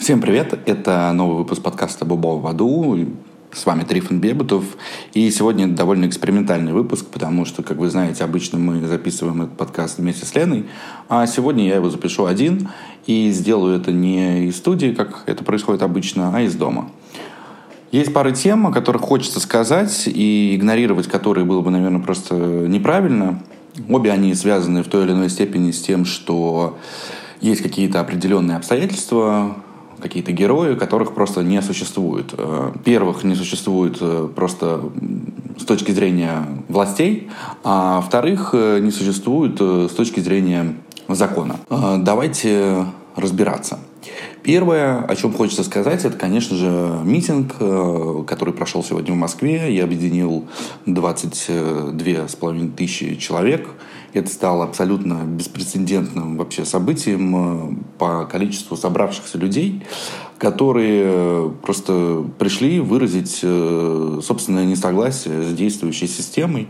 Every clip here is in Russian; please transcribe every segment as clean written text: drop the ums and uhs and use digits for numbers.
Всем привет! Это новый выпуск подкаста «Бобо в аду». С вами Трифон Бебутов. И сегодня довольно экспериментальный выпуск, потому что, как вы знаете, обычно мы записываем этот подкаст вместе с Леной. А сегодня я его запишу один. И сделаю это не из студии, как это происходит обычно, а из дома. Есть пара тем, о которых хочется сказать, и игнорировать которые было бы, наверное, просто неправильно. Обе они связаны в той или иной степени с тем, что есть какие-то определенные обстоятельства, какие-то герои, которых просто не существует. Первых не существует просто с точки зрения властей, а вторых не существует с точки зрения закона. Давайте разбираться. Первое, о чем хочется сказать, это, конечно же, митинг, который прошел сегодня в Москве и объединил 22,5 тысячи человек. Это стало абсолютно беспрецедентным вообще событием по количеству собравшихся людей, которые просто пришли выразить собственное несогласие с действующей системой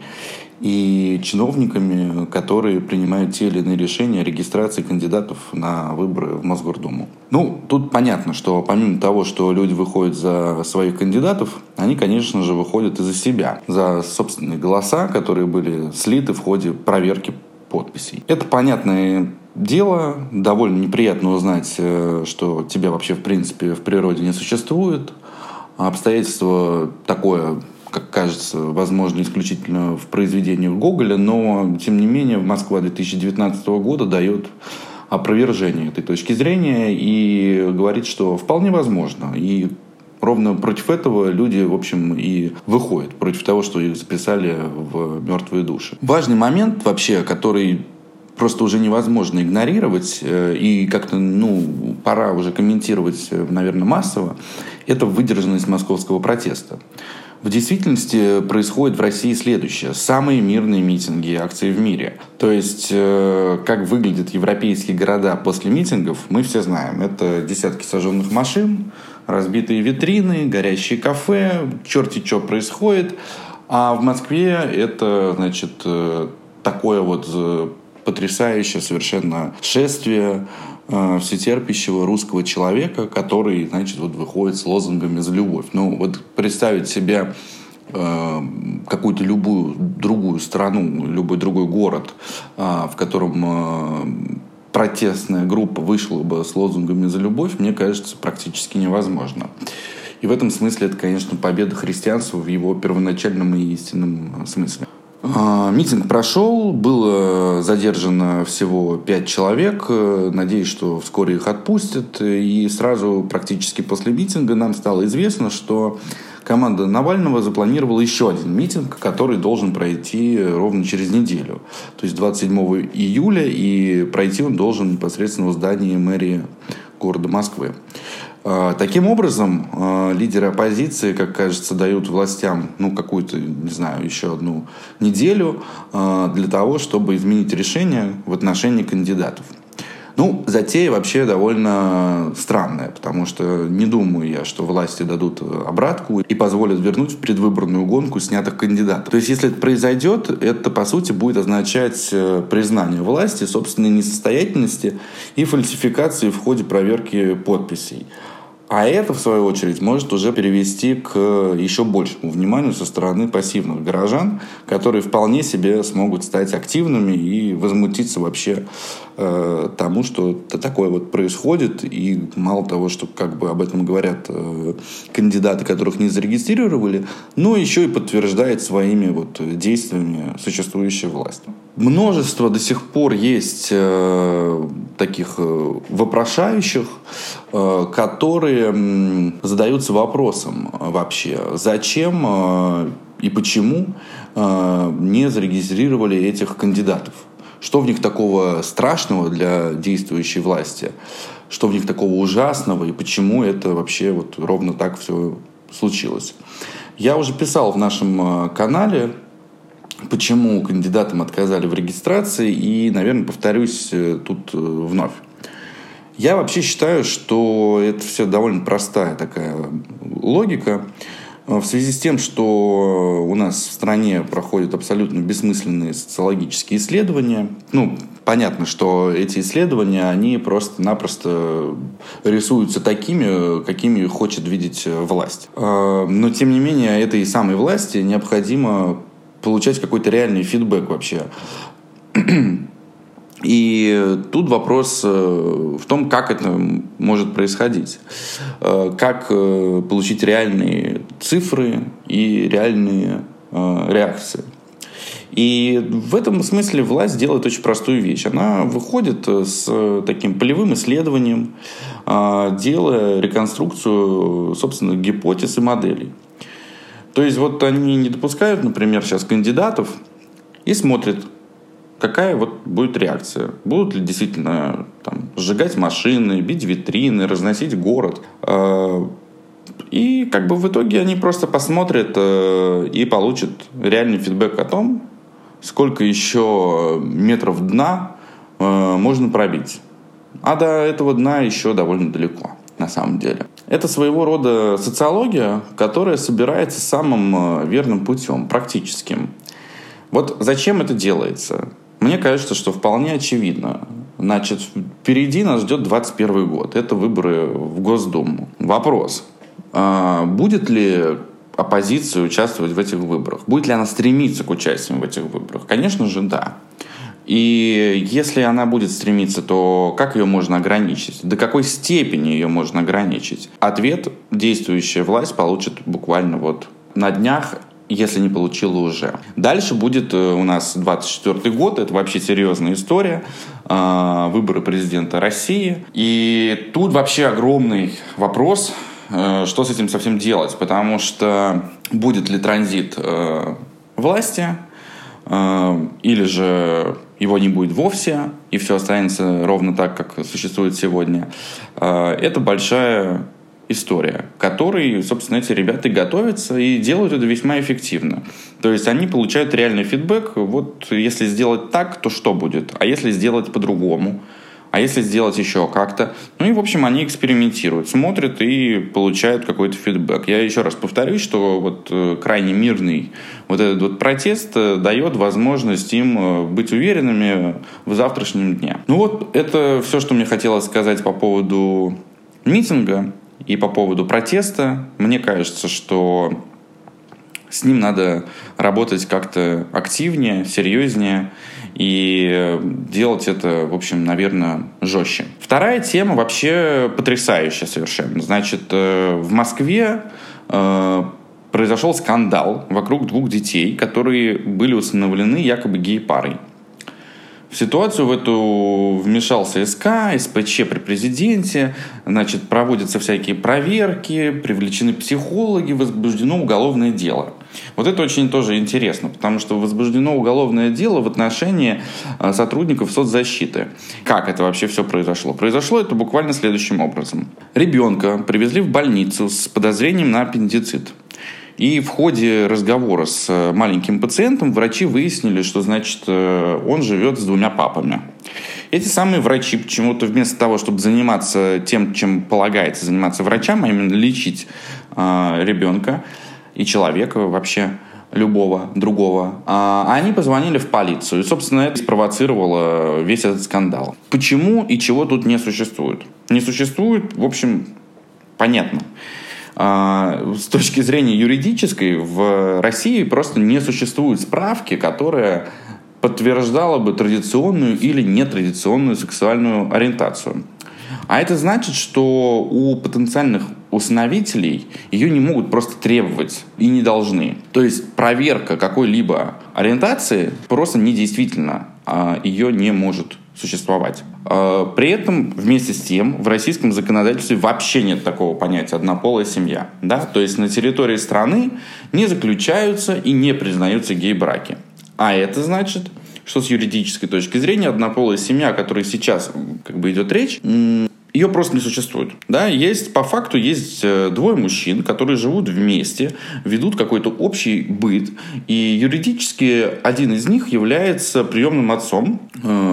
и чиновниками, которые принимают те или иные решения о регистрации кандидатов на выборы в Мосгордуму. Тут понятно, что помимо того, что люди выходят за своих кандидатов, они, конечно же, выходят и за себя, за собственные голоса, которые были слиты в ходе проверки подписей. Это понятное дело, довольно неприятно узнать, что тебя вообще, в принципе, в природе не существует. Обстоятельство такое, как кажется, возможно, исключительно в произведениях Гоголя, но, тем не менее, Москва 2019 года дает опровержение этой точки зрения и говорит, что вполне возможно. И ровно против этого люди, в общем, и выходят, против того, что их записали в мертвые души. Важный момент вообще, который просто уже невозможно игнорировать, и как-то, пора уже комментировать, наверное, массово, это выдержанность московского протеста. В действительности происходит в России следующее. Самые мирные митинги и акции в мире. То есть, как выглядят европейские города после митингов, мы все знаем. Это десятки сожженных машин, разбитые витрины, горящие кафе, черти что происходит. А в Москве это, такое вот потрясающее совершенно шествие всетерпящего русского человека, который, выходит с лозунгами «За любовь». Представить себе какую-то любую другую страну, любой другой город, в котором протестная группа вышла бы с лозунгами «За любовь», мне кажется, практически невозможно. И в этом смысле это, конечно, победа христианства в его первоначальном и истинном смысле. Митинг прошел, было задержано всего 5 человек. Надеюсь, что вскоре их отпустят. И сразу, практически после митинга, нам стало известно, что команда Навального запланировала еще один митинг, который должен пройти ровно через неделю. То есть 27 июля, и пройти он должен непосредственно в здании мэрии города Москвы. Таким образом, лидеры оппозиции, как кажется, дают властям какую-то, еще одну неделю для того, чтобы изменить решение в отношении кандидатов. Затея вообще довольно странная, потому что не думаю я, что власти дадут обратку и позволят вернуть в предвыборную гонку снятых кандидатов. То есть, если это произойдет, это, по сути, будет означать признание власти собственной несостоятельности и фальсификации в ходе проверки подписей. А это, в свою очередь, может уже перевести к еще большему вниманию со стороны пассивных горожан, которые вполне себе смогут стать активными и возмутиться вообще тому, что такое вот происходит. И мало того, что об этом говорят кандидаты, которых не зарегистрировали, но еще и подтверждает своими действиями существующая власть. Множество до сих пор есть таких вопрошающих, которые задаются вопросом вообще, зачем и почему не зарегистрировали этих кандидатов. Что в них такого страшного для действующей власти? Что в них такого ужасного? И почему это вообще ровно так все случилось? Я уже писал в нашем канале, почему кандидатам отказали в регистрации, и, наверное, повторюсь тут вновь. Я вообще считаю, что это все довольно простая такая логика. В связи с тем, что у нас в стране проходят абсолютно бессмысленные социологические исследования, понятно, что эти исследования, они просто-напросто рисуются такими, какими хочет видеть власть. Но, тем не менее, этой самой власти необходимо получать какой-то реальный фидбэк вообще. И тут вопрос в том, как это может происходить. Как получить реальные цифры и реальные реакции. И в этом смысле власть делает очень простую вещь. Она выходит с таким полевым исследованием, делая реконструкцию собственных гипотез и моделей. То есть вот они не допускают, например, сейчас кандидатов и смотрят, какая будет реакция. Будут ли действительно сжигать машины, бить витрины, разносить город. И в итоге они просто посмотрят и получат реальный фидбэк о том, сколько еще метров дна можно пробить. А до этого дна еще довольно далеко, на самом деле. Это своего рода социология, которая собирается самым верным путем, практическим. Вот зачем это делается? Мне кажется, что вполне очевидно. Значит, впереди нас ждет 2021 год. Это выборы в Госдуму. Вопрос. Будет ли оппозиция участвовать в этих выборах? Будет ли она стремиться к участию в этих выборах? Конечно же, да. И если она будет стремиться, то как ее можно ограничить? До какой степени ее можно ограничить? Ответ действующая власть получит буквально на днях, если не получила уже. Дальше будет у нас 2024 год, это вообще серьезная история, выборы президента России. И тут вообще огромный вопрос, что с этим совсем делать, потому что будет ли транзит власти, или же его не будет вовсе, и все останется ровно так, как существует сегодня. Это большая история, к которой, собственно, эти ребята готовятся и делают это весьма эффективно. То есть они получают реальный фидбэк. Если сделать так, то что будет? А если сделать по-другому? А если сделать еще как-то? В общем, они экспериментируют, смотрят и получают какой-то фидбэк. Я еще раз повторюсь, что крайне мирный этот протест дает возможность им быть уверенными в завтрашнем дне. Это все, что мне хотелось сказать по поводу митинга и по поводу протеста. Мне кажется, что с ним надо работать как-то активнее, серьезнее и делать это, в общем, наверное, жестче. Вторая тема вообще потрясающая совершенно. Значит, в Москве произошел скандал вокруг 2 детей, которые были усыновлены якобы гей-парой. В ситуацию в эту вмешался СК, СПЧ при президенте, проводятся всякие проверки, привлечены психологи, возбуждено уголовное дело. Это очень тоже интересно, потому что возбуждено уголовное дело в отношении сотрудников соцзащиты. Как это вообще все произошло? Произошло это буквально следующим образом. Ребенка привезли в больницу с подозрением на аппендицит. И в ходе разговора с маленьким пациентом врачи выяснили, что, он живет с 2 папами. Эти самые врачи почему-то вместо того, чтобы заниматься тем, чем полагается заниматься врачам, а именно лечить ребенка и человека вообще, любого другого, они позвонили в полицию. И, собственно, это спровоцировало весь этот скандал. Почему и чего тут не существует? Не существует, в общем, понятно. С точки зрения юридической в России просто не существует справки, которая подтверждала бы традиционную или нетрадиционную сексуальную ориентацию. А это значит, что у потенциальных усыновителей ее не могут просто требовать и не должны. То есть проверка какой-либо ориентации просто недействительна, ее не может существовать. При этом, вместе с тем, в российском законодательстве вообще нет такого понятия «однополая семья». Да? То есть на территории страны не заключаются и не признаются гей-браки. А это значит, что с юридической точки зрения однополая семья, о которой сейчас идет речь, ее просто не существует. Да? По факту есть 2 мужчин, которые живут вместе, ведут какой-то общий быт, и юридически один из них является приемным отцом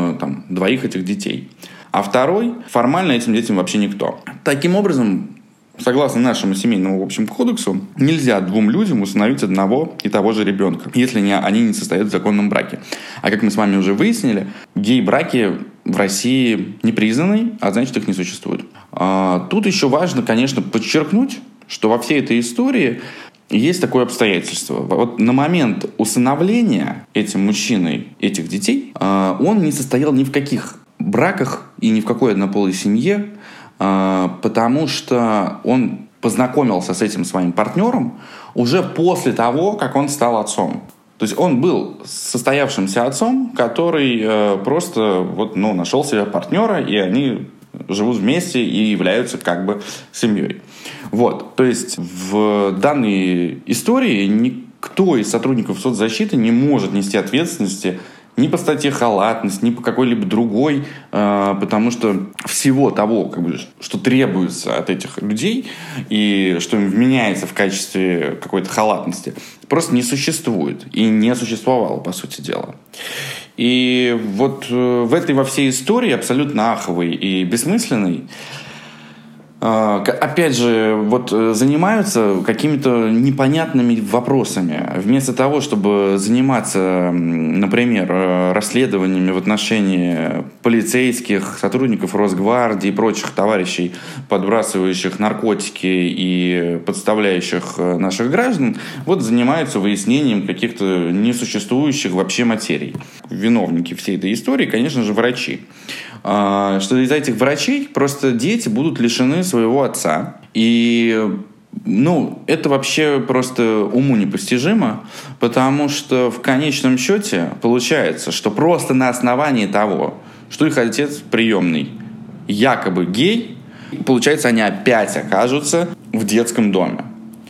2 этих детей. А второй формально этим детям вообще никто. Таким образом, согласно нашему семейному общему кодексу, нельзя двум людям усыновить одного и того же ребенка, если они не состоят в законном браке. А как мы с вами уже выяснили, гей-браки в России не признаны, а значит, их не существует. Тут еще важно, конечно, подчеркнуть, что во всей этой истории есть такое обстоятельство. Вот на момент усыновления этим мужчиной этих детей он не состоял ни в каких браках и ни в какой однополой семье, потому что он познакомился с этим своим партнером уже после того, как он стал отцом. То есть он был состоявшимся отцом, который просто нашел себе партнера, и они живут вместе и являются как бы семьей. Вот. То есть в данной истории никто из сотрудников соцзащиты не может нести ответственности ни по статье халатность, ни по какой-либо другой, потому что всего того, что требуется от этих людей и что им вменяется в качестве какой-то халатности, просто не существует и не существовало, по сути дела. И вот в этой во всей истории, абсолютно аховой и бессмысленной, опять же, занимаются какими-то непонятными вопросами. Вместо того, чтобы заниматься, например, расследованиями в отношении полицейских, сотрудников Росгвардии и прочих товарищей, подбрасывающих наркотики и подставляющих наших граждан, занимаются выяснением каких-то несуществующих вообще материй. Виновники всей этой истории, конечно же, врачи. Что из-за этих врачей просто дети будут лишены своего отца. И, это вообще просто уму непостижимо, потому что в конечном счете получается, что просто на основании того, что их отец приемный якобы гей, получается, они опять окажутся в детском доме.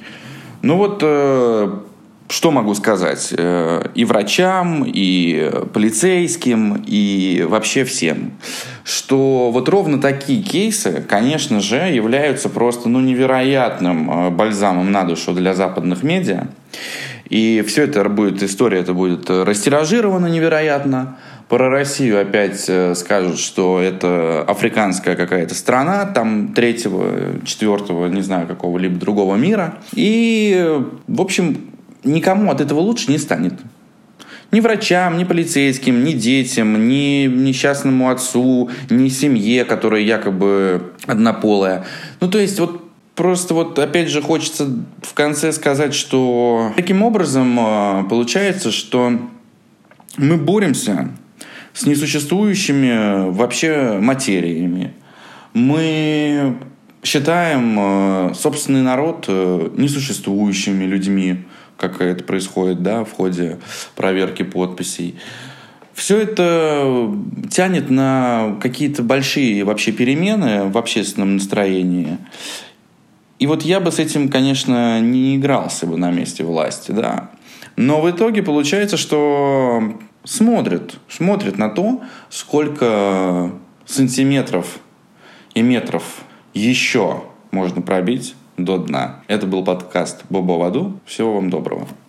Что могу сказать и врачам, и полицейским, и вообще всем? Что ровно такие кейсы, конечно же, являются просто невероятным бальзамом на душу для западных медиа. И все это история будет растиражирована невероятно. Про Россию опять скажут, что это африканская какая-то страна, там 3-го, 4-го, не знаю, какого-либо другого мира. И, в общем, никому от этого лучше не станет. Ни врачам, ни полицейским, ни детям, ни несчастному отцу, ни семье, которая якобы однополая. Просто опять же хочется в конце сказать, что таким образом получается, что мы боремся с несуществующими вообще материями. Мы считаем собственный народ несуществующими людьми, как это происходит, в ходе проверки подписей. Все это тянет на какие-то большие вообще перемены в общественном настроении. И я бы с этим, конечно, не игрался бы на месте власти, Но в итоге получается, что смотрят на то, сколько сантиметров и метров еще можно пробить до дна. Это был подкаст «Бобо в аду». Всего вам доброго.